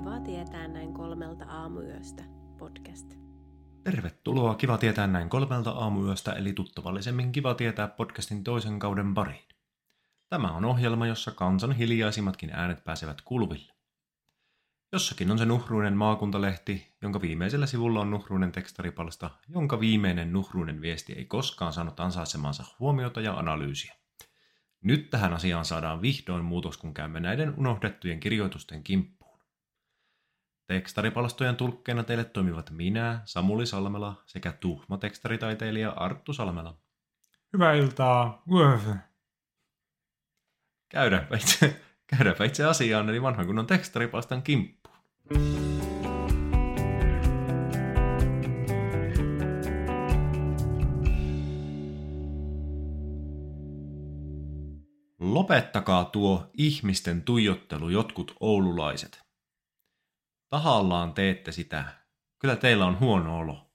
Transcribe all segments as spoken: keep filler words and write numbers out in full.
Kiva tietää näin kolmelta aamuyöstä podcast. Tervetuloa Kiva tietää näin kolmelta aamuyöstä, eli tuttavallisemmin Kiva tietää podcastin toisen kauden pariin. Tämä on ohjelma, jossa kansan hiljaisimmatkin äänet pääsevät kuuluville. Jossakin on se nuhruinen maakuntalehti, jonka viimeisellä sivulla on nuhruinen tekstaripalsta, jonka viimeinen nuhruinen viesti ei koskaan saanut ansaitsemansa huomiota ja analyysiä. Nyt tähän asiaan saadaan vihdoin muutos, kun käymme näiden unohdettujen kirjoitusten kimppuun. Tekstaripalstojen tulkkeina teille toimivat minä, Samuli Salmela, sekä tuhma tekstaritaiteilija Arttu Salmela. Hyvää iltaa. Käydäänpä itse, käydäänpä itse asiaan, eli vanhan kunnon tekstaripalstan kimppuun. Lopettakaa tuo ihmisten tuijottelu, jotkut oululaiset. Tahallaan teette sitä. Kyllä teillä on huono olo.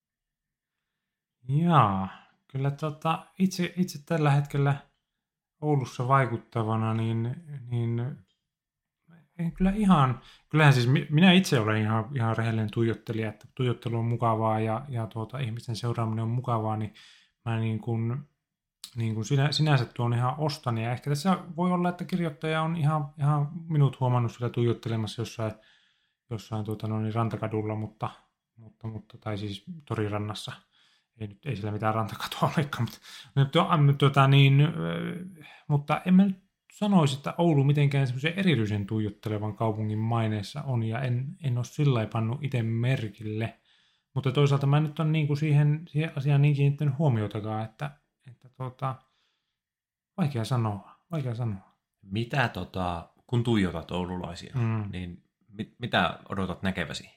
Jaa, kyllä tota, itse, itse tällä hetkellä Oulussa vaikuttavana, niin, niin en kyllä ihan, kyllähän siis minä itse olen ihan, ihan rehellinen tuijottelija, että tuijottelu on mukavaa ja, ja tuota, ihmisten seuraaminen on mukavaa, niin mä niin kuin, niin kuin sinä, sinänsä tuon ihan ostan. Ja ehkä tässä voi olla, että kirjoittaja on ihan, ihan minut huomannut sillä tuijottelemassa jossain, jossain tuota, no niin, rantakadulla, mutta, mutta, mutta, tai siis torirannassa. Ei, nyt, ei sillä mitään rantakatua olekaan, mutta, tuota, niin, mutta en mä nyt sanoisi, että Oulu mitenkään semmoisen erityisen tuijottelevan kaupungin maineessa on, ja en, en ole sillä lailla pannut itse merkille. Mutta toisaalta mä nyt on niin kuin siihen, siihen asiaan niin kiinnittänyt huomiotakaan, että, että tuota, vaikea sanoa, vaikea sanoa. Mitä, tota, kun tuijotat oululaisia, mm. niin mit, mitä odotat näkeväsi?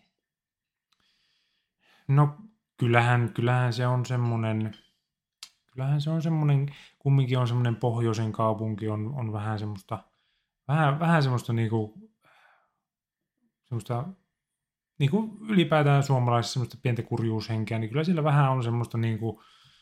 No kyllähän, kyllähän se on semmoinen, kyllähän se on semmoinen, kumminkin on semmoinen pohjoisen kaupunki, on, on vähän semmoista, vähän, vähän semmoista niinku, semmoista, niinku ylipäätään suomalaisessa semmoista pientä kurjuushenkeä, niin kyllä sillä vähän on semmoista niinku,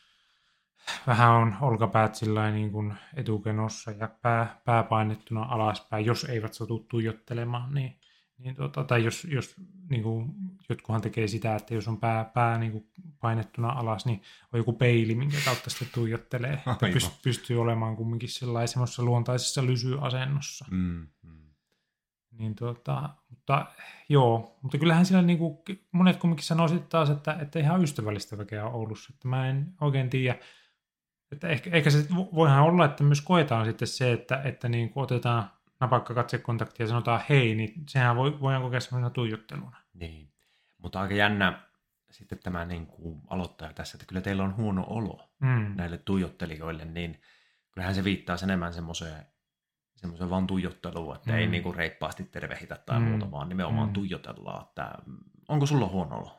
vähän on olkapäät sillain niin kuin etukenossa ja pää, pää painettuna alaspäin, jos eivät satu tuijottelemaan, niin, niin tota, tai jos, jos niin kuin, jotkuhan tekee sitä, että jos on pää, pää niin kuin painettuna alas, niin on joku peili, minkä kautta sitten tuijottelee, että pyst, pystyy olemaan kumminkin sellaisessa luontaisessa lysyasennossa. Mm, mm. Niin tota, mutta joo, mutta kyllähän siellä niin kuin, monet kumminkin sanoisivat taas, että, että ihan ystävällistä väkeä on Oulussa, että mä en oikein tiedä. Että ehkä, ehkä se voihan olla, että myös koetaan sitten se, että, että niin kuin otetaan napakka katsekontakti ja sanotaan hei, niin sehän voi, voidaan kokea semmoisena tuijotteluna. Niin, mutta aika jännä sitten tämä niin kuin aloittaa tässä, että kyllä teillä on huono olo mm. näille tuijottelijoille, niin kyllähän se viittaa enemmän semmoiseen, semmoiseen vaan tuijotteluun, että mm. ei niin kuin reippaasti tervehitä tai mm. muuta, vaan nimenomaan mm. tuijotellaan. Että onko sulla huono olo?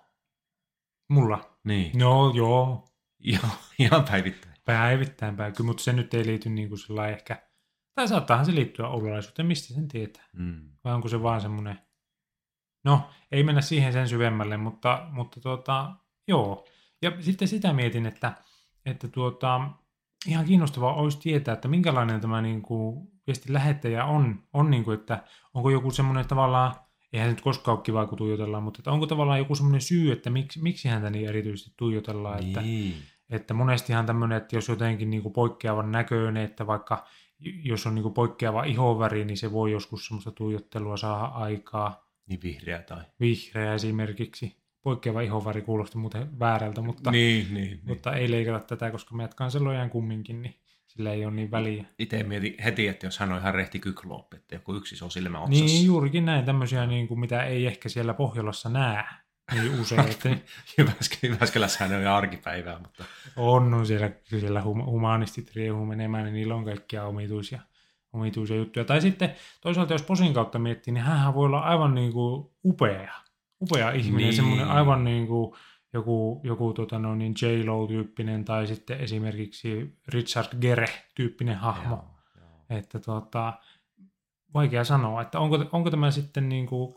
Mulla? Niin. No joo. Ihan, ihan päivittäin. Päivittäin päivittäin, mutta se nyt ei liity niin kuin sellainen ehkä, tai saattaahan se liittyä oululaisuuteen, mistä sen tietää. Mm. Vai onko se vaan semmoinen, no ei mennä siihen sen syvemmälle, mutta, mutta tuota, joo. Ja sitten sitä mietin, että, että tuota, ihan kiinnostavaa olisi tietää, että minkälainen tämä niin kuin viestin lähettäjä on, on niin kuin, että onko joku semmoinen tavallaan, eihän se nyt koskaan ole kivaa, kun tuijotellaan, mutta että onko tavallaan joku semmoinen syy, että miksi, miksi häntä niin erityisesti tuijotellaan, niin. että Että monestihan tämmöinen, että jos jotenkin niin kuin poikkeavan näköinen, että vaikka jos on niin kuin poikkeava ihonväri, niin se voi joskus semmoista tuijottelua saada aikaa. Niin vihreä tai? Vihreä esimerkiksi. Poikkeava ihonväri kuulosti muuten väärältä, mutta, niin, niin, mutta niin. ei leikata tätä, koska me kanselojaan kumminkin, niin sillä ei ole niin väliä. Itse mietin heti, että jos hän on ihan rehti kyklooppi, että joku yksi iso silmä otsassa. Niin, juurikin näin tämmöisiä, niin kuin, mitä ei ehkä siellä Pohjolassa näe. Niin usein, että Jyväskylässähän on jo arkipäivää, mutta on, no siellä, siellä humanistit riehuu menemään, niin niillä on kaikkia omituisia, omituisia juttuja. Tai sitten toisaalta, jos posin kautta miettii, niin hänhän voi olla aivan niin kuin upea, upea ihminen, niin. Semmoinen aivan niin kuin joku, joku tota no, niin J Lo-tyyppinen tai sitten esimerkiksi Richard Gere-tyyppinen hahmo. Joo, joo. Että tuota, vaikea sanoa, että onko, onko tämä sitten niin kuin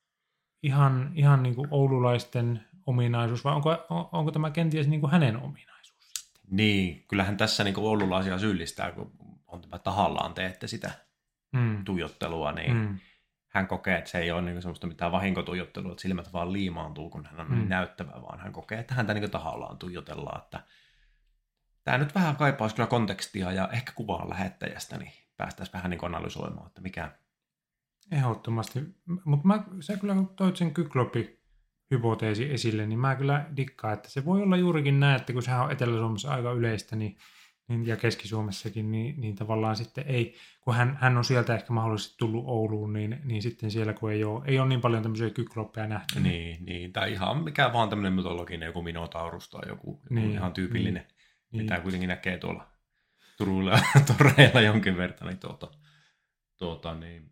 ihan, ihan niin kuin oululaisten ominaisuus, vai onko, on, onko tämä kenties niin kuin hänen ominaisuus sitten? Niin, kyllähän tässä niin kuin oululaisia syyllistää, kun on tämä tahallaan teette sitä mm. tuijottelua, niin mm. hän kokee, että se ei ole niin semmoista mitään vahinkotuijottelua, että silmät vaan liimaantuu, kun hän on mm. niin näyttävä, vaan hän kokee, että häntä niin tahallaan tuijotellaan. Että tämä nyt vähän kaipaisi kyllä kontekstia ja ehkä kuvaan lähettäjästä, niin päästäisiin vähän niin analysoimaan, että mikä... Ehdottomasti. Mutta sä kyllä toit sen kyklopi-hypoteesi esille, niin mä kyllä dikkaan, että se voi olla juurikin näin, että kun sehän on Etelä-Suomessa aika yleistä, niin Niin, ja Keski-Suomessakin, niin, niin tavallaan sitten ei, kun hän, hän on sieltä ehkä mahdollisesti tullut Ouluun, niin, niin sitten siellä kun ei ole, ei ole niin paljon tämmöisiä kykloppeja nähty. Niin, niin, tai ihan mikä vaan tämmöinen mytologinen, joku Minotaurus tai joku, joku niin, ihan tyypillinen, niin, mitä niin. kuitenkin näkee tuolla Turuilla ja toreilla jonkin verran, niin tuota, tuota niin,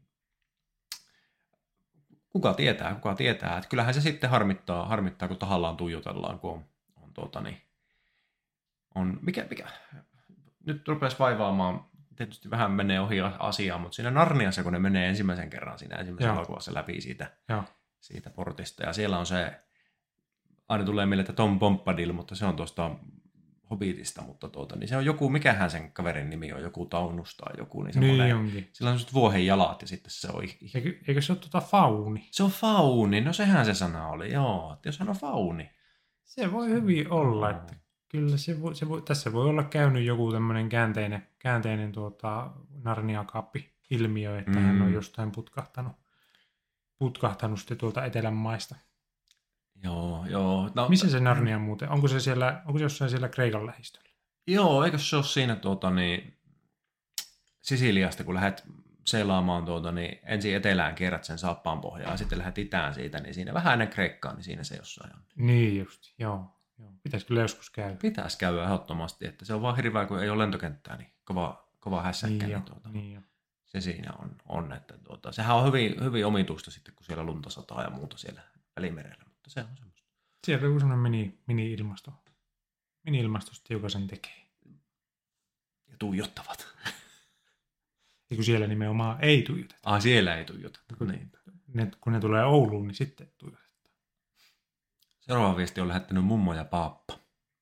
kuka tietää, kuka tietää, että kyllähän se sitten harmittaa, harmittaa kun tahallaan tuijotellaan, kun on, on tuota niin, on, mikä, mikä, nyt rupesi vaivaamaan, tietysti vähän menee ohi asiaan, mutta siinä Narniassa, kun ne menee ensimmäisen kerran siinä ensimmäisen elokuvassa läpi siitä, siitä portista, ja siellä on se, aina tulee mieleen, että Tom Bombadil, mutta se on tuosta Hobbitista, mutta tuota, niin se on joku, mikähän sen kaverin nimi on, joku Taunus tai joku, niin semmoinen, niin sillä on sellaiset vuohen jalat, ja sitten se on... Eikö, eikö se ole tuota fauni? Se on fauni, no sehän se sana oli, joo, että jos hän on fauni. Se voi hyvin olla, että kyllä se voi, se voi, tässä voi olla käynyt joku tämmöinen käänteinen, käänteinen tuota, Narnia-kaappi-ilmiö, että mm. hän on jostain putkahtanut, putkahtanut sitten tuolta etelän maista. Joo, joo. No, missä se Narnia muuten? Onko se, siellä, onko se jossain siellä Kreikan lähistöllä? Joo, eikö se ole siinä tuota, niin, Sisiliasta, kun lähdet seilaamaan tuota, niin ensin etelään kierrät sen saappaan pohjaan, ja sitten lähdet itään siitä, niin siinä vähän ennen Kreikkaa, niin siinä se jossain on. Niin just, joo. Joo. Pitäisi kyllä joskus käydä. Pitäisi käydä ehdottomasti, että se on vaan hirveä, kun ei ole lentokenttää, niin kova, kova hässäkkä. Niin niin tuota, niin se siinä on, on että tuota, sehän on hyvin, hyvin omituista sitten, kun siellä lunta sataa ja muuta siellä Välimerellä, mutta se on semmoista. Siellä on semmoinen mini, mini-ilmasto. Mini-ilmastosta, joka sen tekee. Ja tuijottavat. Ja kun siellä nimenomaan ei tuijoteta. Ah, siellä ei tuijoteta. Kun niin. ne, kun ne tulee Ouluun, niin sitten tuijotetaan. Seuraava viesti on lähettänyt mummo ja paappa.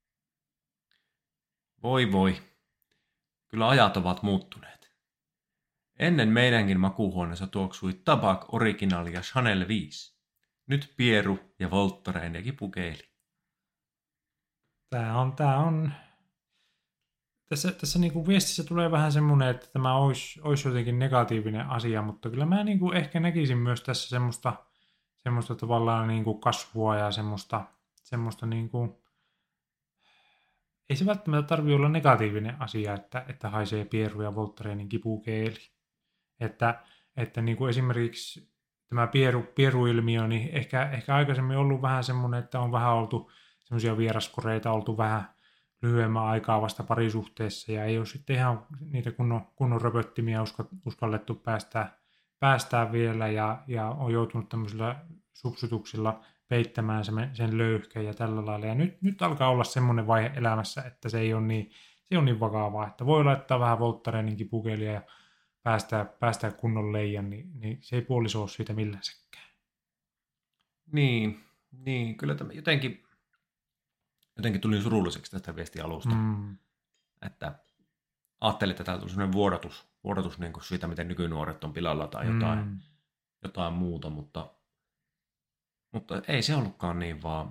Voi voi. Kyllä ajat ovat muuttuneet. Ennen meidänkin makuuhuoneessa tuoksui Tabak Original ja Chanel viisi. Nyt Pieru ja Voltaren ja kipukeeli. Tää on, tää on... Tässä, tässä niinku viestissä tulee vähän semmoinen, että tämä olisi, olisi jotenkin negatiivinen asia, mutta kyllä mä niinku ehkä näkisin myös tässä semmoista, semmoista tavallaan niinku kasvua ja semmoista, semmoista niinku... Ei se välttämättä tarvitse olla negatiivinen asia, että, että haisee Pieru ja Voltarenin kipukeeli. Että, että niinku esimerkiksi tämä Pieru, Pieru-ilmiö, niin ehkä, ehkä aikaisemmin ollut vähän semmoinen, että on vähän oltu semmoisia vieraskoreita, oltu vähän lyhyemmän aikaa vasta parisuhteessa, ja ei ole sitten ihan niitä kunnon, kunnon röpöttimiä uskallettu päästää, päästää vielä, ja, ja on joutunut tämmöisillä supsutuksilla peittämään sen, sen löyhkeen ja tällä lailla. Ja nyt, nyt alkaa olla semmoinen vaihe elämässä, että se ei ole niin, se on niin vakavaa, että voi laittaa vähän Voltarenin kipukelia ja päästää, päästää kunnon leijan, niin, niin se ei puoliso ole siitä millänsäkään. Niin, niin kyllä tämä jotenkin, jotenkin tuli surulliseksi tästä viestialusta, mm. että ajattelin, että täällä tuli sellainen vuodatus, vuodatus niin kuin siitä, miten nykynuoret on pilalla tai jotain, mm. jotain muuta, mutta, mutta ei se ollutkaan niin, vaan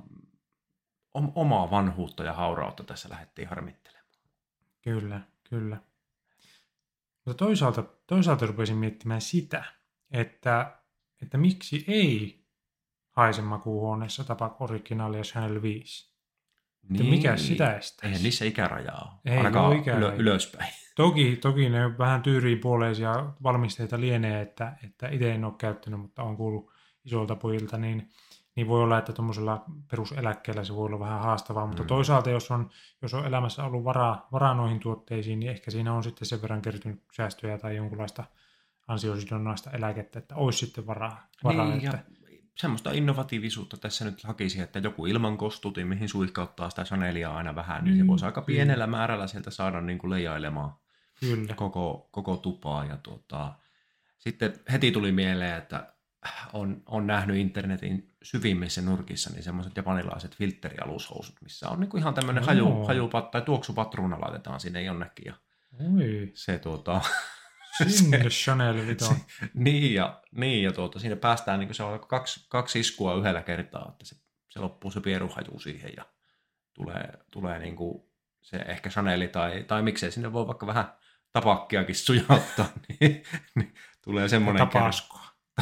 omaa vanhuutta ja haurautta tässä lähdettiin harmittelemaan. Kyllä, kyllä. Mutta toisaalta, toisaalta rupesin miettimään sitä, että, että miksi ei haise makuuhuoneessa Tabak Original ja Chanel viisi. Niin. Mikä sitä estää? Eihän niissä ikärajaa ei ainakaan ylö, ylöspäin. Toki, toki ne vähän tyyriinpuoleisia valmisteita lienee, että, että itse en ole käyttänyt, mutta olen kuullut isolta pojilta, niin, niin voi olla, että tuommoisella peruseläkkeellä se voi olla vähän haastavaa, mutta mm. toisaalta jos on, jos on elämässä ollut varaa, varaa noihin tuotteisiin, niin ehkä siinä on sitten sen verran kertynyt säästöjä tai jonkunlaista ansiosidonnaista eläkettä, että olisi sitten varaa. varaa niin, että... ja semmoista innovatiivisuutta tässä nyt hakisi, että joku ilman kostutin, mihin suihkauttaa sitä Chanelia aina vähän, niin mm, se voisi aika pienellä kyllä. määrällä sieltä saada niin kuin leijailemaan kyllä. Koko, koko tupaa. Ja tuota, sitten heti tuli mieleen, että on, on nähnyt internetin syvimmissä nurkissa niin semmoiset japanilaiset filtterialushousut, missä on niin kuin ihan tämmöinen haju, hajupat tai tuoksupatruuna laitetaan sinne jonnekin. Ja Oi. se tuota... Sinne Chanel Vuitton. niin, ja, niin, ja tuota, siinä päästään, niin se on kaksi, kaksi iskua yhdellä kertaa, että se, se loppuu se pieruhaju siihen ja tulee, tulee niin kuin se ehkä Chaneli tai, tai miksei sinne voi vaikka vähän tapakkiakin sujauttaa, niin, niin tulee semmoinen Tapaskoa.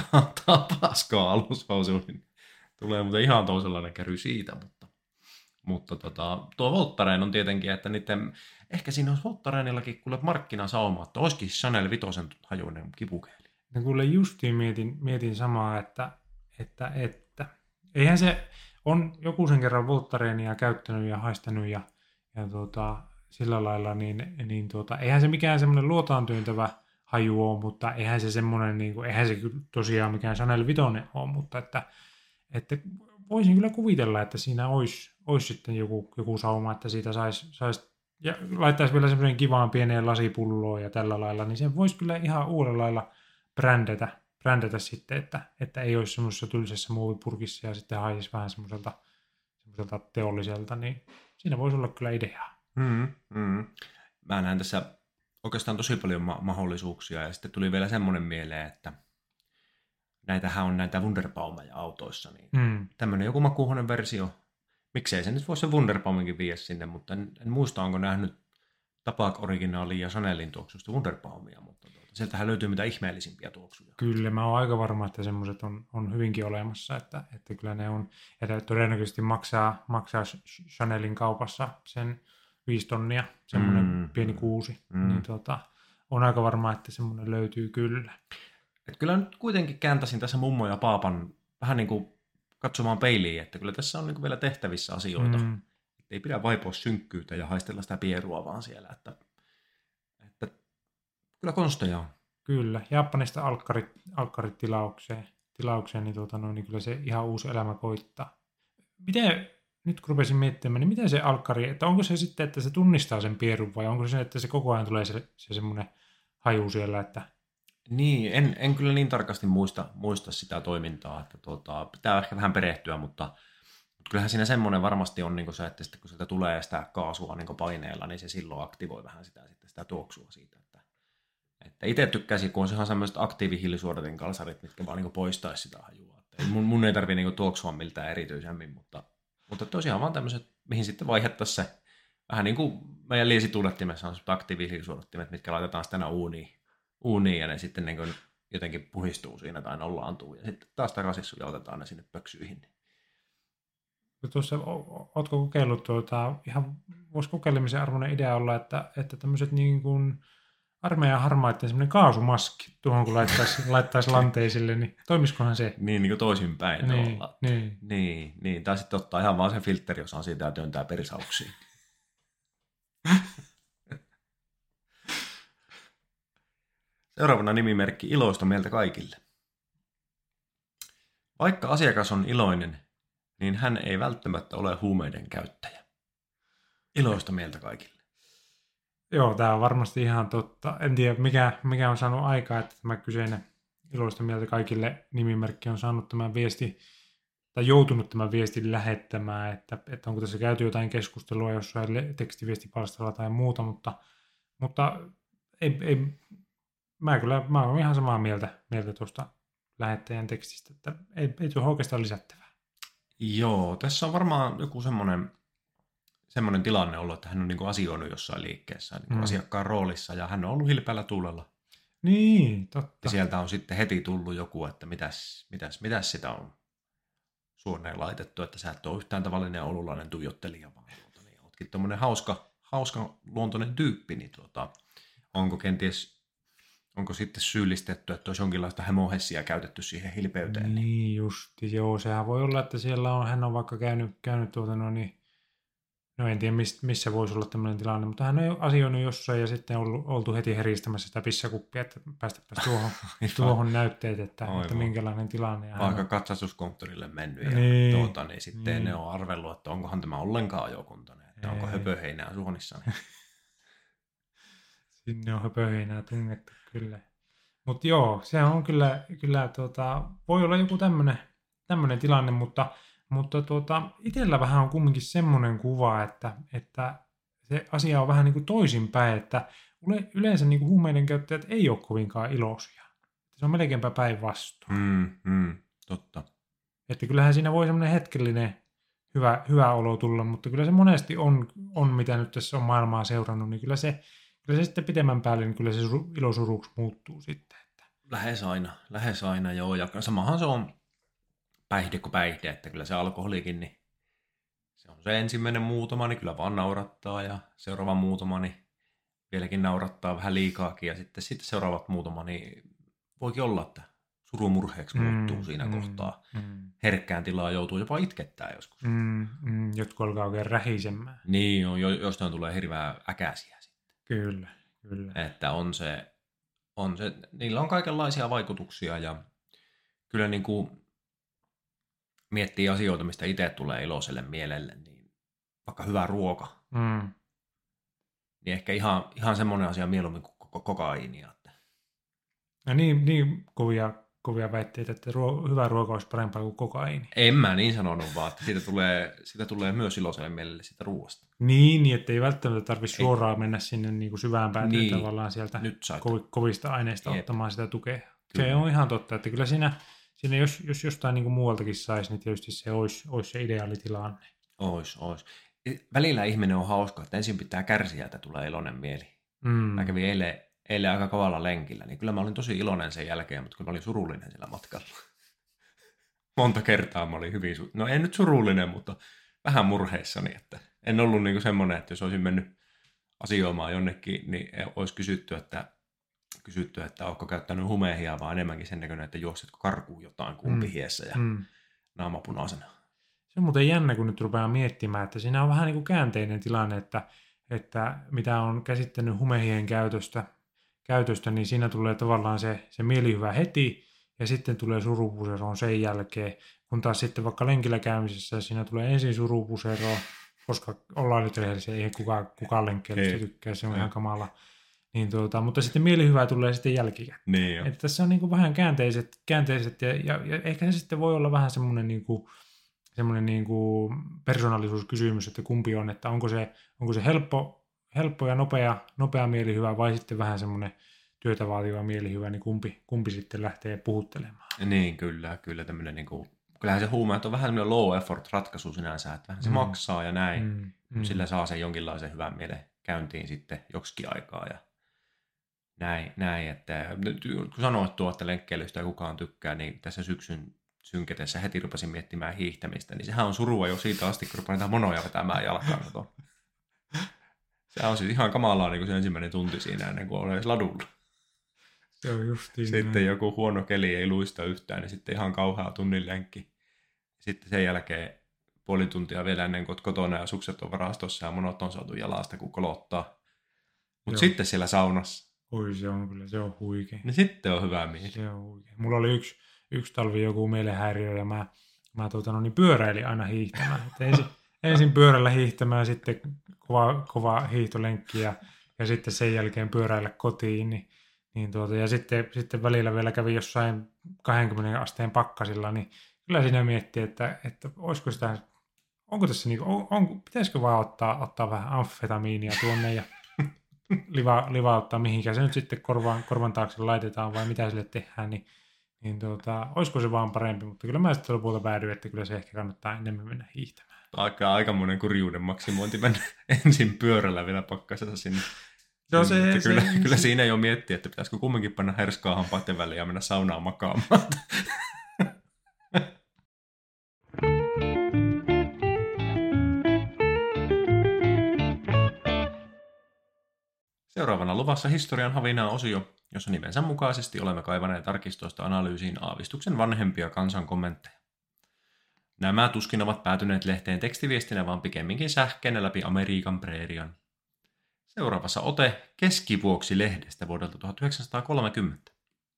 Tapaskoa alushousuun, niin tulee muuten ihan toisenlainen käry siitä, mutta, mutta tota, tuo Voltaren on tietenkin, että niiden, ehkä siinä olisi Voltareenillakin kuule markkinasauma, että olisikin Chanel Vitosen hajuinen kipukeeli. No kuule justiin mietin, mietin samaa, että, että, että eihän se on joku sen kerran Voltareenia käyttänyt ja haistanut ja, ja tuota, sillä lailla, niin, niin tuota, eihän se mikään semmoinen luotaan työntävä haju ole, mutta eihän se semmoinen, niin kuin, eihän se tosiaan mikään Chanel Vitoinen ole, mutta että, että voisin kyllä kuvitella, että siinä olisi, olisi sitten joku, joku sauma, että siitä saisi, saisi, ja laittaisi vielä semmoisen kivaan pieneen lasipulloon ja tällä lailla, niin sen voisi kyllä ihan uudella lailla brändätä, brändätä sitten, että, että ei olisi semmoisessa tylsässä muovipurkissa ja sitten haisisi vähän semmoiselta, semmoiselta teolliselta, niin siinä voisi olla kyllä ideaa. Mm, mm. Mä näen tässä oikeastaan tosi paljon ma- mahdollisuuksia ja sitten tuli vielä semmoinen mieleen, että näitähän on näitä Wunderbaumeja autoissa, niin mm. tämmöinen joku makuuhuoneen versio, miksei se nyt voi se Wunderbauminkin viedä sinne, mutta en, en muista, onko nähnyt Tapak Originaalin ja Chanelin tuoksusta Wunderbaumia, mutta tuota, sieltähän löytyy mitä ihmeellisimpiä tuoksuja. Kyllä, mä oon aika varma, että semmoiset on, on hyvinkin olemassa, että, että kyllä ne on, että todennäköisesti maksaa, maksaa Chanelin kaupassa sen viisi tonnia, semmoinen mm. pieni kuusi, mm. niin tota, on aika varma, että semmoinen löytyy kyllä. Et kyllä nyt kuitenkin kääntäisin tässä mummo ja paapan vähän niin kuin katsomaan peiliin, että kyllä tässä on niin kuin vielä tehtävissä asioita. Mm. Ei pidä vaipua synkkyyttä ja haistella sitä pierua vaan siellä, että, että kyllä konsteja on. Kyllä, Japanista alkkarit, alkkarit tilaukseen, tilaukseen niin, tuota, no, niin kyllä se ihan uusi elämä koittaa. Miten, nyt kun rupesin miettimään, niin miten se alkkari, että onko se sitten, että se tunnistaa sen pierun vai onko se, että se koko ajan tulee se, se semmoinen haju siellä, että... Niin, en, en kyllä niin tarkasti muista, muista sitä toimintaa, että tuota, pitää ehkä vähän perehtyä, mutta, mutta kyllähän siinä semmoinen varmasti on niin se, että sitten kun sieltä tulee sitä kaasua niin paineella, niin se silloin aktivoi vähän sitä, sitten sitä tuoksua siitä. Että, että itse tykkäisin, kun on ihan semmoiset aktiivihiilisuodatin kalsarit, mitkä vaan niin poistaisi sitä hajua. Että mun, mun ei tarvitse niin tuoksua miltään erityisemmin, mutta, mutta tosiaan vaan tämmöiset, mihin sitten vaihettaisiin se, vähän niin kuin meidän liesituulettimessa on aktiivihiilisuodattimet, mitkä laitetaan sitten aina uuniin. uuniin ja ne sitten niin kuin jotenkin puhistuu siinä tai nollaantuu. Ja sitten taas takaisin sujautetaan ne sinne pöksyihin. Tuossa, ootko kokeillut, tuota, ihan voisi kokeilemisen arvoinen idea olla, että, että tämmöiset niin kuin armeijan harmaiden semmoinen kaasumaski tuohon kun laittaisi, laittaisi lanteisille, niin toimisikohan se? Niin, niin kuin toisinpäin. Niin, niin. niin, niin. Tai sitten ottaa ihan vaan sen filtteriosan siitä ja työntää persauksiin. Seuraavana nimimerkki iloista mieltä kaikille. Vaikka asiakas on iloinen, niin hän ei välttämättä ole huumeiden käyttäjä. Iloista mieltä kaikille. Joo, tämä on varmasti ihan totta. En tiedä, mikä, mikä on saanut aikaa, että tämä kyseinen iloista mieltä kaikille nimimerkki on saanut tämän viesti, tai joutunut tämän viestin lähettämään, että, että onko tässä käyty jotain keskustelua jossain tekstiviestipalstalla tai muuta, mutta, mutta ei... ei Mä kyllä, mä oon ihan samaa mieltä, mieltä tuosta lähettäjän tekstistä, että ei, ei tuo oikeastaan lisättävää. Joo, tässä on varmaan joku semmoinen, semmoinen tilanne ollut, että hän on niin kuin asioinut jossain liikkeessä niin kuin mm. asiakkaan roolissa ja hän on ollut hilpeällä tuulella. Niin, totta. Ja sieltä on sitten heti tullut joku, että mitäs, mitäs, mitäs sitä on suoneen laitettu, että sä et ole yhtään tavallinen oululainen tuijottelija, vaan tuota, niin ootkin tommoinen hauska, hauska luontoinen tyyppi, niin tuota, onko kenties... Onko sitten syyllistetty, että olisi jonkinlaista hemohessia käytetty siihen hilpeyteen? Niin justi, joo. Sehän voi olla, että siellä on, hän on vaikka käynyt, käynyt tuota no niin, no en tiedä missä voisi olla tämmöinen tilanne, mutta hän on asioinut jossain ja sitten on oltu heti heristämässä sitä pissakuppia, että päästäpäs tuohon, tuohon näytteet, että, että minkälainen tilanne. Vaikka on katsastuskonttorille mennyt ja niin, tuota, niin sitten niin. Ne on arvellut, että onkohan tämä ollenkaan ajokuntainen, että ei. Onko höpöheinää suonissa. Sinne on höpöheinää tungettu, kyllä. Mutta joo, se on kyllä, kyllä tuota, voi olla joku tämmöinen tilanne, mutta, mutta tuota, itsellä vähän on kumminkin semmoinen kuva, että, että se asia on vähän niin kuin toisinpäin, että yle, yleensä niin kuin huumeiden käyttäjät ei ole kovinkaan iloisia. Se on melkeinpä päinvastoin. Mm, mm, totta. Että kyllähän siinä voi semmoinen hetkellinen hyvä, hyvä olo tulla, mutta kyllä se monesti on, on, mitä nyt tässä on maailmaa seurannut, niin kyllä se, kyllä se sitten pitemmän päälle, niin kyllä se ilosuruksi muuttuu sitten. Että. Lähes aina, lähes aina joo. Ja samahan se on päihde kuin päihde, että kyllä se alkoholikin, niin se on se ensimmäinen muutama, niin kyllä vaan naurattaa ja seuraava muutama, niin vieläkin naurattaa vähän liikaakin ja sitten, sitten seuraavat muutama, niin voikin olla, että surumurheeksi muuttuu mm, siinä mm, kohtaa. Mm. Herkkään tilaa joutuu jopa itkettää joskus. Mm, mm, jotkut alkaa oikein rähisemään. Niin, jo, jostain tulee hirveää äkäisiä sitten. Kyllä, kyllä. Että on se, on se, niillä on kaikenlaisia vaikutuksia ja kyllä niin kuin miettii asioita, mistä itse tulee iloiselle mielelle, niin vaikka hyvä ruoka, mm. niin ehkä ihan, ihan semmoinen asia mieluummin kuin kokaiinia. No niin, niin kovia, kovia väitteitä, että ruo- hyvä ruoka olisi parempaa kuin kokaiini. En mä niin sanonut, vaan että siitä tulee, siitä tulee myös iloiselle mielelle siitä ruoasta. Niin, niin että ei välttämättä tarvitse suoraan mennä sinne niin kuin syvään päätyyn niin, tavallaan sieltä ko- kovista aineista Jep. ottamaan sitä tukea. Kyllä. Se on ihan totta, että kyllä siinä, siinä jos, jos jostain niin kuin muualtakin saisi, niin tietysti se olisi, olisi se ideaalitilanne. Ois, ois. Välillä ihminen on hauska, että ensin pitää kärsiä, että tulee iloinen mieli. Mm. Mä kävin eilen, eilen aika kovalla lenkillä, niin kyllä mä olin tosi iloinen sen jälkeen, mutta kyllä mä olin surullinen sillä matkalla. Monta kertaa mä olin hyvin, su- no en nyt surullinen, mutta vähän murheissani, että en ollut niinku semmoinen, että jos olisin mennyt asioimaan jonnekin, niin olisi kysytty, että, kysytty, että ootko käyttänyt humeehia, vaan enemmänkin sen näköinen, että juoksetko karkuun jotain kumpihiessä ja mm. naama punaisena. Se on muuten jännä, kun nyt rupeaa miettimään, että siinä on vähän niin kuin käänteinen tilanne, että, että mitä on käsittänyt humehien käytöstä, käytöstä, niin siinä tulee tavallaan se, se mielihyvä heti, ja sitten tulee surupusero sen jälkeen, kun taas sitten vaikka lenkillä käymisessä siinä tulee ensin surupusero, koska ollaan nyt rehellisiä, ei kukaan, kukaan lenkkeilystä tykkää, se on ei. ihan kamala. Niin tuota, mutta sitten mielihyvä tulee sitten jälkikäteen. Niin että tässä on niin kuin vähän käänteiset, käänteiset ja, ja, ja ehkä se sitten voi olla vähän semmoinen niin kuin, semmoinen niin kuin persoonallisuuskysymys, että kumpi on, että onko se, onko se helppo, helppo ja nopea, nopea mielihyvä vai sitten vähän semmoinen työtä vaativa mielihyvä, niin kumpi, kumpi sitten lähtee puhuttelemaan. Niin, kyllä, kyllä tämmöinen niin kuin, kyllähän se huume on vähän semmoinen low effort ratkaisu sinänsä, että vähän se mm. maksaa ja näin, mm. Mm. sillä saa sen jonkinlaisen hyvän mielen käyntiin sitten joksikin aikaa ja näin, näin että kun sanoit tuo, että lenkkeilystä ei kukaan tykkää, niin tässä syksyn synketessä heti rupesin miettimään hiihtämistä, niin sehän on surua jo siitä asti, kun rupeaa niitä monoja vetämään jalkaan. Se on siis ihan kamalaa niin kuin se ensimmäinen tunti siinä ennen kuin on edes ladulla. Se on justiin sitten näin. Joku huono keli ei luista yhtään, niin sitten ihan kauhea tunnin lenkki. Sitten sen jälkeen puoli tuntia vielä ennen kuin kotona ja sukset on varastossa ja monot on saatu jalasta, kun kolottaa. Mutta sitten siellä saunassa. Oi, se on kyllä, se on huikea. Niin sitten on hyvä mieli. Se on huikea. Mulla oli yksi, yksi talvi joku mielenhäiriö ja mä, mä tuota, no niin, pyöräilin aina hiihtämään. ensin, ensin pyörällä hiihtämään, sitten kova, kova hiihtolenkki ja, ja sitten sen jälkeen pyöräillä kotiin. Niin, niin tuota, ja sitten, sitten välillä vielä kävi jossain kaksikymmentä asteen pakkasilla, niin kyllä siinä miettii, että, että olisiko sitä, onko tässä niin, on, on, pitäisikö vaan ottaa, ottaa vähän amfetamiinia tuonne ja liva, livauttaa mihinkään se nyt sitten korvan, korvan taakse laitetaan vai mitä sille tehdään, niin, niin tuota, olisiko se vaan parempi, mutta kyllä mä sitten lopulta päädyin, että kyllä se ehkä kannattaa enemmän mennä hiihtämään. Aika aikamoinen kurjuuden maksimointi mennä ensin pyörällä vielä pakkasessa sinne. No se, kyllä, se, kyllä se, siinä jo miettii, että pitäisikö kumminkin panna herskaa hampaiden väliin ja mennä saunaan makaamaan. Seuraavana luvassa historian havinaa osio, jossa nimensä mukaisesti olemme kaivaneet arkistoista analyysiin aavistuksen vanhempia kansan kommentteja. Nämä tuskin ovat päätyneet lehteen tekstiviestinä, vaan pikemminkin sähkeenä läpi Amerikan preerian. Seuraavassa ote Keskivuoksi-lehdestä vuodelta tuhatyhdeksänsataakolmekymmentä.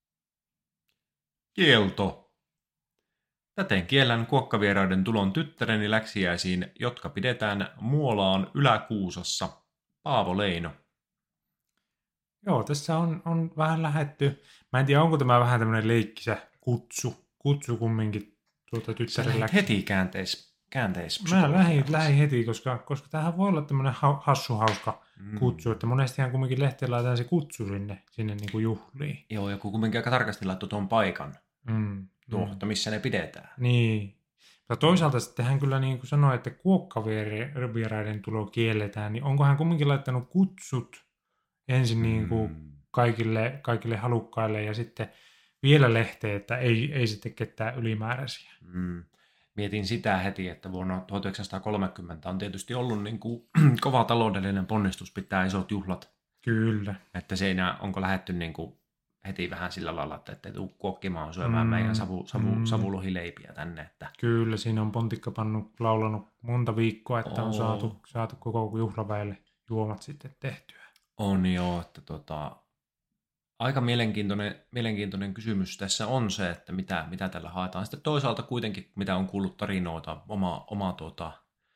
Kielto. Täten kiellän kuokkavieraiden tulon tyttäreni läksiäisiin, jotka pidetään Muolaan Yläkuusassa. Paavo Leino. Joo, tässä on, on vähän lähetty. Mä en tiedä, onko tämä vähän tämmöinen leikkisä kutsu, kutsu kumminkin tuota tyttären läksiä. Heti käänteis käänteispsykologia. Mä lähdin, lähdin heti, koska, koska tämähän voi olla tämmöinen ha, hassu hauska Mm. kutsu, että monestihan kumminkin lehteen laitetaan se kutsu sinne, sinne niin kuin juhliin. Joo, ja kun kuitenkin aika tarkasti laittoi tuon paikan Mm. tuohta, missä ne pidetään. Niin. Mutta toisaalta sitten hän kyllä niin kuin sanoi, että kuokkavieraiden tulo kielletään, niin onko hän kumminkin laittanut kutsut ensin niin kuin Mm. kaikille, kaikille halukkaille ja sitten vielä lehteen, että ei, ei sitten ketään ylimääräisiä. Mm. Mietin sitä heti, että vuonna tuhatyhdeksänsataakolmekymmentä on tietysti ollut niin kuin kova taloudellinen ponnistus pitää isot juhlat. Kyllä. Että siinä onko lähdetty niin kuin heti vähän sillä lailla, että ettei tule kuokkimaan syömään Mm, meidän savu, savu, mm. savulohileipiä tänne. Että... Kyllä, siinä on pontikkapannu laulanut monta viikkoa, että on Oo. saatu, saatu koko juhlaväelle juomat sitten tehtyä. On joo, että tota, aika mielenkiintoinen, mielenkiintoinen kysymys tässä on se, että mitä, mitä tällä haetaan. Sitten toisaalta kuitenkin, mitä on kuullut tarinoita, oma, oma tuota,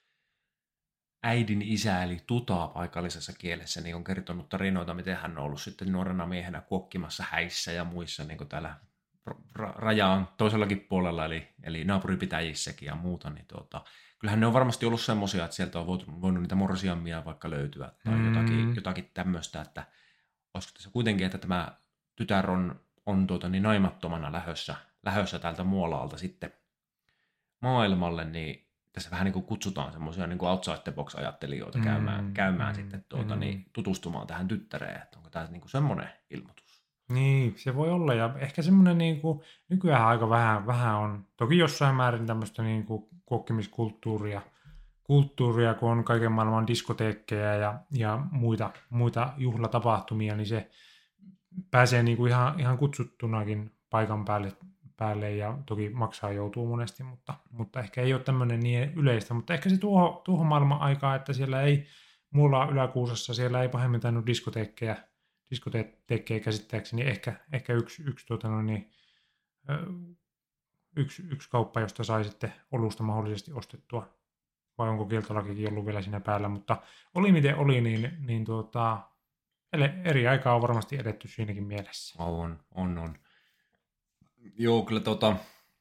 äidin isä eli tuta paikallisessa kielessä, niin on kertonut tarinoita, miten hän on ollut sitten nuorena miehenä kuokkimassa häissä ja muissa, niin kuin täällä ra- rajaan toisellakin puolella, eli, eli naapuripitäjissäkin ja muuta. Niin tuota, kyllähän ne on varmasti ollut semmoisia, että sieltä on voinut, voinut niitä morsiammia vaikka löytyä tai Mm. jotakin, jotakin tämmöistä, että olisiko tässä kuitenkin, että tämä tytär on, on tuota, niin naimattomana lähössä, lähössä täältä Muolaalta sitten maailmalle, niin tässä vähän niin kuin kutsutaan semmoisia niin kuin outside the box ajattelijoita Mm, käymään, käymään mm, sitten tuota, mm. niin, tutustumaan tähän tyttäreen, että onko tämä niin kuin semmoinen ilmoitus. Niin, se voi olla. Ja ehkä semmoinen niin kuin, nykyään aika vähän, vähän on, toki jossain määrin tämmöistä niin kuin kuokkimiskulttuuria, kulttuuria, kun on kaiken maailman diskoteekkeja ja, ja muita, muita juhlatapahtumia, niin se pääsee niin kuin ihan, ihan kutsuttunakin paikan päälle, päälle ja toki maksaa joutuu monesti, mutta, mutta ehkä ei ole tämmöinen niin yleistä, mutta ehkä se tuohon, tuohon maailman aikaan, että siellä ei muulla Yläkuusassa, siellä ei pahemmin tainnut diskoteekkeja, diskoteekkeja käsittääkseni, ehkä, ehkä yksi, yksi, tuota no niin, ö, yksi, yksi kauppa, josta sai sitten olusta mahdollisesti ostettua, vai onko kieltolakikin ollut vielä siinä päällä, mutta oli miten oli, niin, niin tuota, eri aikaa on varmasti edetty siinäkin mielessä. On, on, on. Joo, kyllä tota...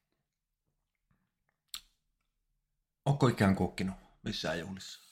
Onko ikään kuokkinut missään juhlissa?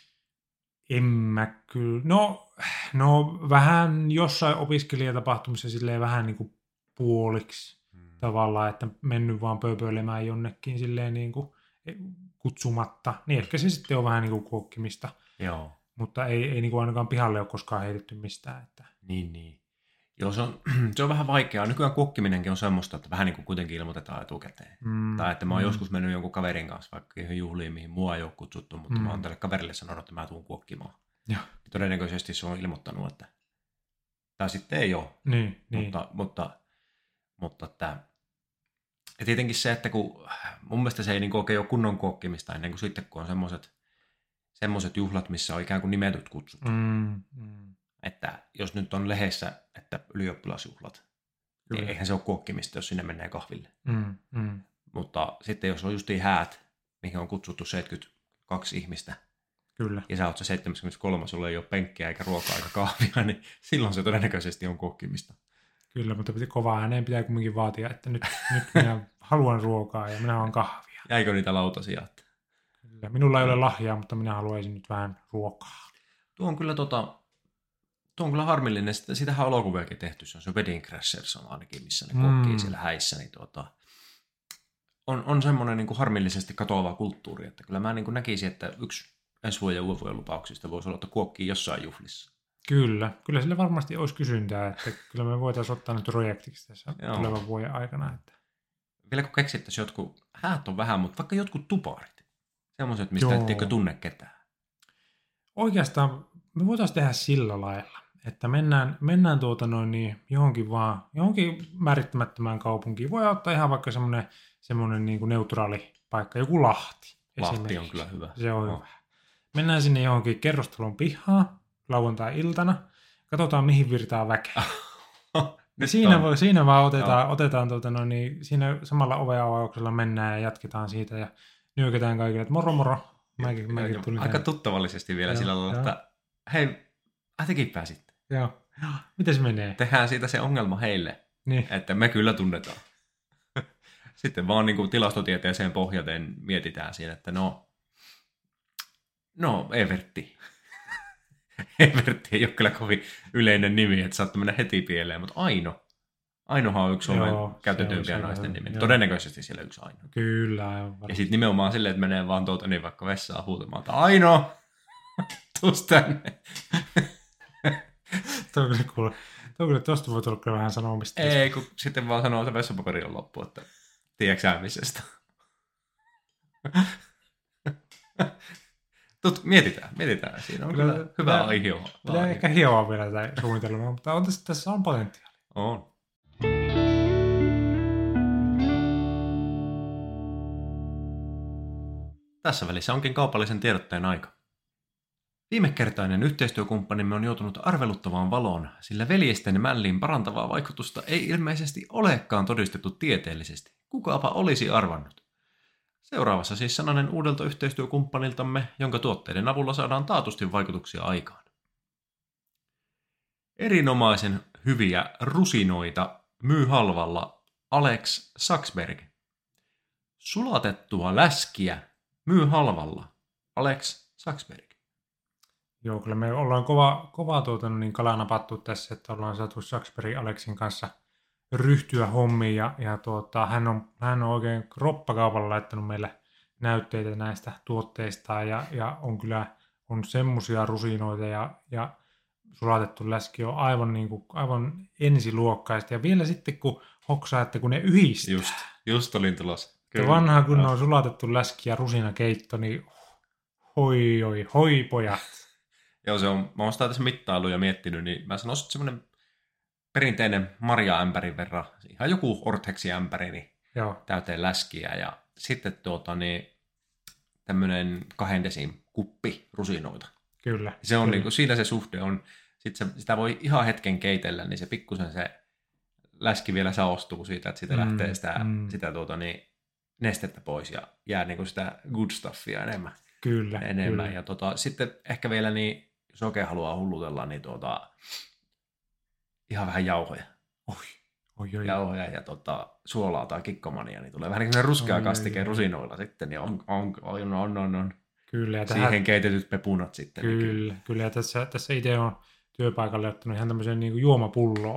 En mä kyllä. No, no vähän jossain opiskelijatapahtumissa silleen vähän niin kuin puoliksi hmm. tavallaan, että mennyt vaan pööpöilemään jonnekin silleen niin kuin kutsumatta. Niin ehkä se sitten on vähän niin kuin kuokkimista. Joo. Mutta ei, ei niin kuin ainakaan pihalle ole koskaan heitetty mistään. Että... Niin, niin. Joo, se on, se on vähän vaikeaa. Nykyään kuokkiminenkin on semmoista, että vähän niin kuin kuitenkin ilmoitetaan etukäteen. Mm, tai että mä oon mm. joskus mennyt jonkun kaverin kanssa vaikka juhliin, mihin mua ei ole kutsuttu, mutta mm. mä oon tälle kaverille sanonut, että mä tuun kuokkimaan. Ja. Todennäköisesti se on ilmoittanut, että... Tai sitten ei ole. Niin, mutta, niin. mutta, mutta että... Ja tietenkin se, että kun... Mun mielestä se ei niin oikein ole kunnon kuokkimista ennen kuin sitten, kun on semmoiset, semmoiset juhlat, missä on ikään kuin nimetyt kutsut. Mm, mm. Että jos nyt on lehdessä, että ylioppilasjuhlat, kyllä. Niin eihän se ole kuokkimista, jos sinne menee kahville. Mm, mm. Mutta sitten jos on justiin häät, mihin on kutsuttu seitsemänkymmentäkaksi ihmistä, kyllä. Ja sä oot se seitsemänkymmentäkolme, sulla ei ole penkkiä eikä ruokaa eikä kahvia, niin silloin se todennäköisesti on kuokkimista. Kyllä, mutta kovaa ääneen pitää kuitenkin vaatia, että nyt, nyt minä haluan ruokaa ja minä haluan kahvia. Jäikö niitä lautasia? Kyllä, minulla ei ole lahjaa, mutta minä haluaisin nyt vähän ruokaa. Tuo on kyllä tota... Tuo on kyllä harmillinen. Sitähän on elokuviakin tehty. Se on se Wedding Crashers on ainakin, missä ne kuokkii mm. siellä häissä. Niin tuota, on, on semmoinen niin kuin harmillisesti katoava kulttuuri. Että kyllä mä niin kuin näkisin, että yksi ensi vuoden ja uuden vuoden lupauksista voisi olla, että kuokkii jossain juhlissa. Kyllä. Kyllä sille varmasti olisi kysyntää. Että kyllä me voitaisiin ottaa nyt projektiksi tässä tulevan vuoden aikana. Että... Vielä kun keksittäisiin jotkut, häät on vähän, mutta vaikka jotkut tuparit. Semmoiset, mistä etteikö tunne ketään. Oikeastaan me voitaisiin tehdä sillä lailla, että mennään, mennään tuota noin niin johonkin vaan, johonkin määrittämättömään kaupunkiin. Voi ottaa ihan vaikka semmoinen, semmoinen niin kuin neutraali paikka, joku Lahti. Lahti on kyllä hyvä. Se on no. hyvä. Mennään sinne johonkin kerrostalon pihaan lauantai-iltana, katsotaan mihin virtaa väkeä. siinä, voi, siinä vaan otetaan, otetaan tuota noin, niin siinä samalla ovenavauksella mennään ja jatketaan siitä ja nyökätään kaikille, että moro moro. Mäkin, mäkin tulin aika tänne. Tuttavallisesti vielä joo, sillä lailla, että hei, tekin pääsitte. Joo. Miten se menee? Tehdään siitä se ongelma heille, niin. Että me kyllä tunnetaan. Sitten vaan niin kuin tilastotieteeseen pohjaten mietitään siinä, että no, no Evertti. Evertti ei ole kyllä kovin yleinen nimi, että saattaa mennä heti pieleen, mutta Aino. Ainohan on yksi Suomen käytetympiä naisten nimi. Todennäköisesti siellä yksi Aino. Kyllä, aivan. Ja sitten nimenomaan silleen, että menee vaan tuota niin vaikka vessaan huutamaan, että Aino, tuus tänne. Tuosta voi tulla kyllä vähän sanomista. Ei, kun sitten vaan sanoo, että vessapaperi on loppu, että tiedätkö äämisestä. Tut, mietitään, mietitään. Siinä on kyllä, kyllä hyvä aihe. Pitää ehkä hioa vielä tätä suunnitelmaa, mutta on tässä, tässä on potentiaalia. On. Tässä välissä onkin kaupallisen tiedotteen aika. Viimekertainen yhteistyökumppanimme on joutunut arveluttavaan valoon, sillä veljesten mälliin parantavaa vaikutusta ei ilmeisesti olekaan todistettu tieteellisesti. Kukaapa olisi arvannut? Seuraavassa siis sananen uudelta yhteistyökumppaniltamme, jonka tuotteiden avulla saadaan taatusti vaikutuksia aikaan. Erinomaisen hyviä rusinoita myy halvalla Alex Saxberg. Sulatettua läskiä myy halvalla Alex Saxberg. Joo, kyllä me ollaan kova, kova tuota, niin kalanapattu tässä, että ollaan saatu Saxbergin Alexin kanssa ryhtyä hommiin ja, ja tuota, hän, on, hän on oikein kroppakaupalla laittanut meille näytteitä näistä tuotteista ja, ja on kyllä on semmoisia rusinoita ja, ja sulatettu läski on aivan, niin kuin, aivan ensiluokkaista ja vielä sitten kun hoksaa, että kun ne yhdistää. Just, just olin tulossa. Kyllä. Vanha kun no. on sulatettu läski ja rusinakeitto, niin hoi hoi hoi pojat. Joo, se on, mä oon sitä tässä mittailu ja miettinyt, niin mä sanoisin, että semmoinen perinteinen marja-ämpärin verran, ihan joku Ortheksi-ämpäri, niin Joo. täyteen läskiä ja sitten tuota, niin, tämmöinen kahden desin kuppi rusinoita. Kyllä. Se on kyllä. Niin kuin, siinä se suhde on, sit se, sitä voi ihan hetken keitellä, niin se pikkusen se läski vielä saostuu siitä, että siitä mm, lähtee sitä, mm. sitä tuota, niin, nestettä pois ja jää niin kuin sitä good stuffia enemmän. Kyllä. enemmän. Kyllä. Ja tota, sitten ehkä vielä, niin, jos oikein haluaa hullutella, niin tuota, ihan vähän jauhoja. Oi, oi, oi. Jauhoja ja tota, suolaa tai kikkomania, niin tulee vähän niin kuin ruskea kastike rusinoilla sitten, niin on, on, on, on, on, on. Kyllä, ja siihen tähän... keitetyt pepunat sitten. Kyllä, niin kyllä. kyllä. Ja tässä, tässä itse on työpaikalle ottanut ihan tämmöisen niin kuin juomapulloa.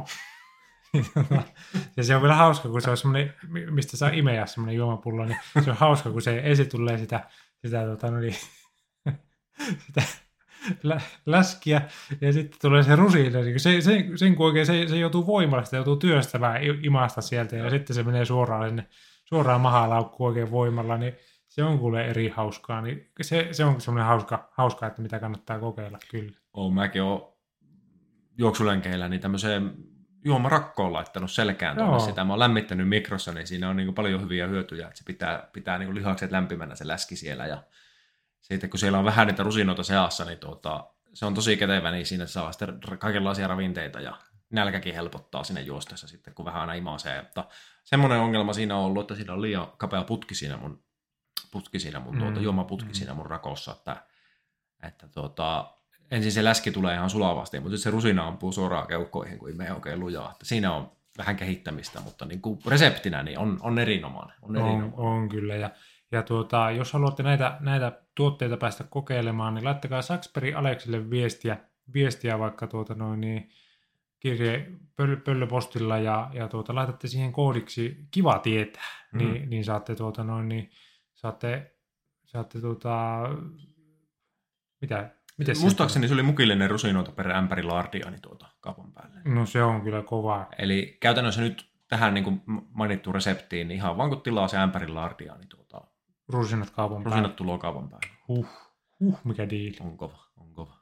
Ja se on vielä hauska, kun se on semmoinen, mistä saa imeä semmoinen juomapullo, niin se on hauska, kun se ensin tulee sitä, sitä, tota, no niin, sitä lä- läskiä ja sitten tulee se rusina. Niin se, se, sen kun oikein se, se joutuu voimalla, sitä joutuu työstämään imasta sieltä ja sitten se menee suoraan, sinne, suoraan mahalaukkuun oikein voimalla, niin se on kuule eri hauskaa. Niin se, se on semmoinen hauska, hauska, että mitä kannattaa kokeilla, kyllä. Oon mäkin oon juoksulenkeillä niin tämmöiseen juomarakkoon laittanut selkään tuonne sitä. Mä oon lämmittänyt mikrossa, niin siinä on niin kuin paljon hyviä hyötyjä, että se pitää, pitää niin kuin lihakset lämpimänä se läski siellä. Ja sitten kun siellä on vähän niitä rusinoita seassa, niin tuota, se on tosi kätevä, niin siinä saa sitten kaikenlaisia ravinteita ja nälkäkin helpottaa sinne juostessa sitten, kun vähän aina imasee. Mutta semmoinen ongelma siinä on ollut, että siinä on liian kapea putki siinä mun, putki siinä mun mm. tuota, juomaputki mm. siinä mun rakossa, että, että tuota, ensin se läski tulee ihan sulavasti, mutta sitten se rusina ampuu suoraan keuhkoihin, kun imee oikein lujaa. Että siinä on vähän kehittämistä, mutta niin kuin reseptinä niin on, on erinomainen. On, erinomainen. on, on kyllä. Ja, ja tuota, jos haluatte näitä, näitä tuotteita päästä kokeilemaan, niin laittakaa Saxbergin Alexille viestiä, viestiä vaikka tuota noin niin kirje pöl, pöllöpostilla ja, ja tuota, laitatte siihen koodiksi kiva tietää, mm. niin, niin saatte tuota noin niin saatte, saatte tuota, mitä? Mites muistaakseni se oli mukillinen rusinoita per ämpäri lardiani tuota kaupan päälle. No se on kyllä kova. Eli käytännössä nyt tähän niin kuin mainittuun reseptiin, niin ihan vaan kun tilaa se ämpäri lardiani tuota. Rusinat kaupan päälle. Rusinat tuloo kaupan päälle. Huh, huh mikä diili. On kova, on kova.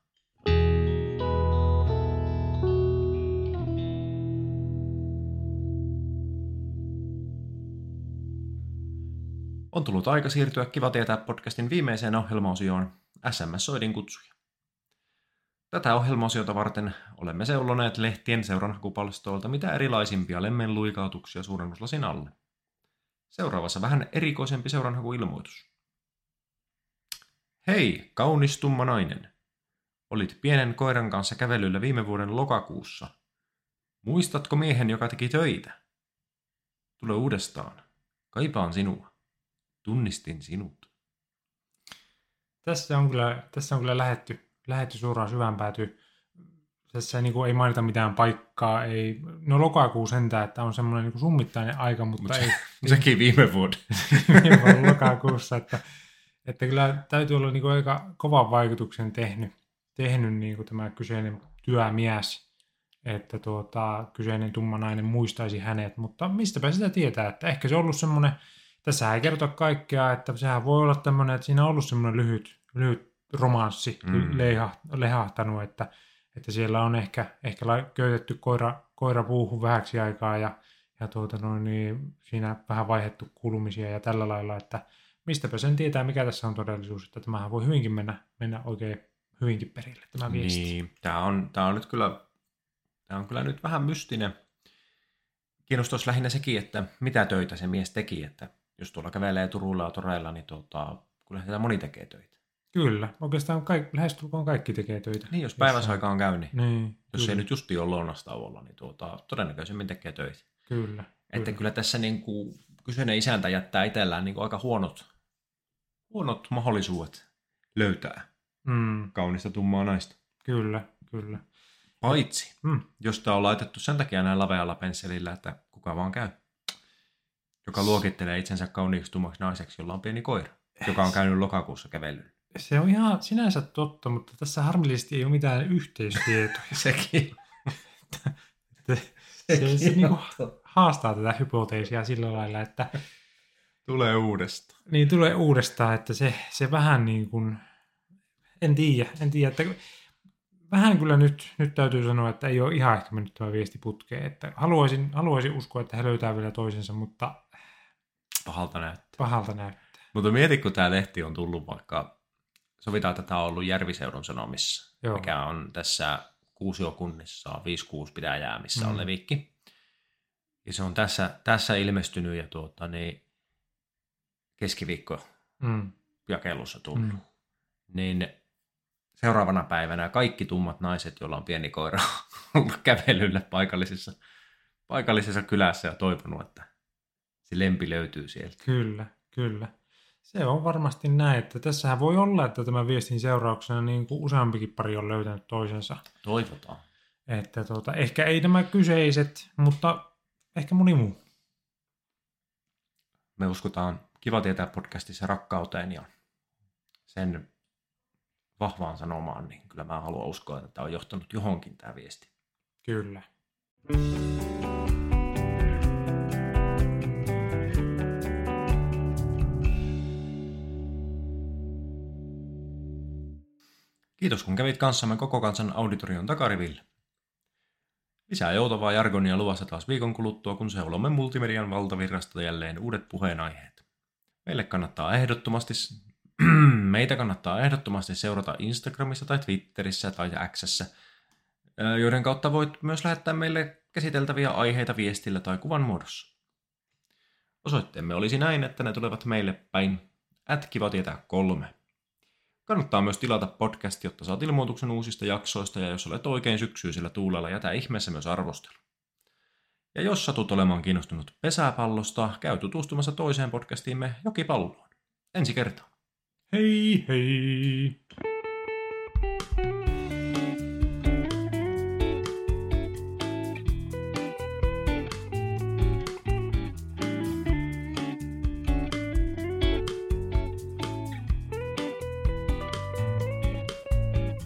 On tullut aika siirtyä Kiva tietää podcastin viimeiseen ohjelmaosioon, S M S-soidin kutsuja. Tätä ohjelmaosiota varten olemme seuloneet lehtien seuranhakupalstoilta mitä erilaisimpia lemmenluikautuksia suurennuslasin alle. Seuraavassa vähän erikoisempi seuranhakuilmoitus. Hei, kaunis tumma nainen. Olit pienen koiran kanssa kävelyllä viime vuoden lokakuussa. Muistatko miehen, joka teki töitä? Tule uudestaan. Kaipaan sinua. Tunnistin sinut. Tässä on kyllä, tässä on kyllä lähetty, lähetty suoraan syvään päätyyn. Tässä ei, niin kuin, ei mainita mitään paikkaa. Ei, no lokakuu sentään, että on semmoinen niin kuin summittainen aika, mutta Mut ei. Sekin viime vuoden. Viime vuoden lokakuussa, että, että kyllä täytyy olla niin kuin aika kovan vaikutuksen tehnyt, tehnyt niin kuin tämä kyseinen työmies, että tuota, kyseinen tumma nainen muistaisi hänet, mutta mistäpä sitä tietää, että ehkä se on ollut semmoinen, tässä ei kertota kaikkea, että sehän voi olla tämmöinen, että siinä on ollut semmoinen lyhyt, lyhyt romanssi mm. leiha, lehahtanut, että, että siellä on ehkä, ehkä köytetty koira, koira puuhun vähäksi aikaa ja, ja tuota noin, niin siinä vähän vaihdettu kulumisia ja tällä lailla, että mistäpä sen tietää, mikä tässä on todellisuus, että tämähän voi hyvinkin mennä, mennä oikein hyvinkin perille tämä viesti. Niin, tämä on, tämä on nyt kyllä, tämä on kyllä nyt vähän mystinen. Kiinnostaisi lähinnä sekin, että mitä töitä se mies teki, että jos tuolla kävelee Turulla ja toreilla, niin tuota, kyllä sitä moni tekee töitä. Kyllä, oikeastaan kaikki, lähestulkoon kaikki tekee töitä. Niin, jos päiväsaika on käynni. Niin, jos kyllä. Ei nyt justiin ole lounastauolla, niin tuota, todennäköisemmin tekee töitä. Kyllä. Että kyllä, kyllä tässä niin kuin, kyseinen isäntä jättää itsellään niin kuin aika huonot, huonot mahdollisuudet löytää mm. kaunista tummaa naista. Kyllä, kyllä. Paitsi, mm. jos tämä on laitettu sen takia näin lavealla pensselillä, että kuka vaan käy. Joka luokittelee itsensä kauniiksi tummaksi naiseksi, jolla on pieni koira, joka on käynyt lokakuussa kävelyllä. Se on ihan sinänsä totta, mutta tässä harmillisesti ei ole mitään yhteistietoja. Sekin. se se, se niin kuin haastaa tätä hypoteesia sillä lailla, että tulee uudestaan. Niin, tulee uudestaan, että se, se vähän niin kuin, en tiedä, en tiedä, että vähän kyllä nyt, nyt täytyy sanoa, että ei ole ihan ehkä mennyt tämä viesti putkeen, että haluaisin, haluaisin uskoa, että he löytää vielä toisensa, mutta pahalta näyttää. Pahalta näyttää. Mutta mieti, kun tämä lehti on tullut vaikka, sovitaan, että tämä on ollut Järviseudun Sanomissa, Joo. mikä on tässä Kuusiokunnissa viisi kuusi pitäjää, missä mm. on levikki. Ja se on tässä, tässä ilmestynyt ja tuota, niin keskiviikko mm. jakelussa tullut. Mm. Niin seuraavana päivänä kaikki tummat naiset, joilla on pieni koira, ollut kävelylle paikallisessa, paikallisessa kylässä ja toivonut, että se lempi löytyy sieltä. Kyllä, kyllä. Se on varmasti näin, että tässähän voi olla, että tämän viestin seurauksena niin kuin useampikin pari on löytänyt toisensa. Toivotaan. Että tuota, ehkä ei nämä kyseiset, mutta ehkä moni muu. Me uskotaan Kiva tietää podcastissa rakkauteen ja sen vahvaan sanomaan, niin kyllä mä haluan uskoa, että tämä on johtanut johonkin tämä viesti. Kyllä. Kiitos kun kävit kanssamme Koko Kansan auditorion takarivillä. Lisää joutavaa jargonia luvassa taas viikon kuluttua, kun seulomme multimedian valtavirrasta jälleen uudet puheenaiheet. Meille kannattaa ehdottomasti, meitä kannattaa ehdottomasti seurata Instagramissa tai Twitterissä tai X:ssä, joiden kautta voit myös lähettää meille käsiteltäviä aiheita viestillä tai kuvan muodossa. Osoitteemme olisi näin, että ne tulevat meille päin at kiva tietää kolme. Kannattaa myös tilata podcast, jotta saat ilmoituksen uusista jaksoista, ja jos olet oikein syksyisellä tuulella, jätä ihmeessä myös arvostelu. Ja jos satut olemaan kiinnostunut pesäpallosta, käy tutustumassa toiseen podcastiimme Jokipalloon. Ensi kertaan. Hei hei!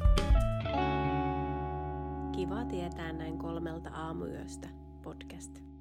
Kiva tietää näin kolmelta aamuyöstä podcast.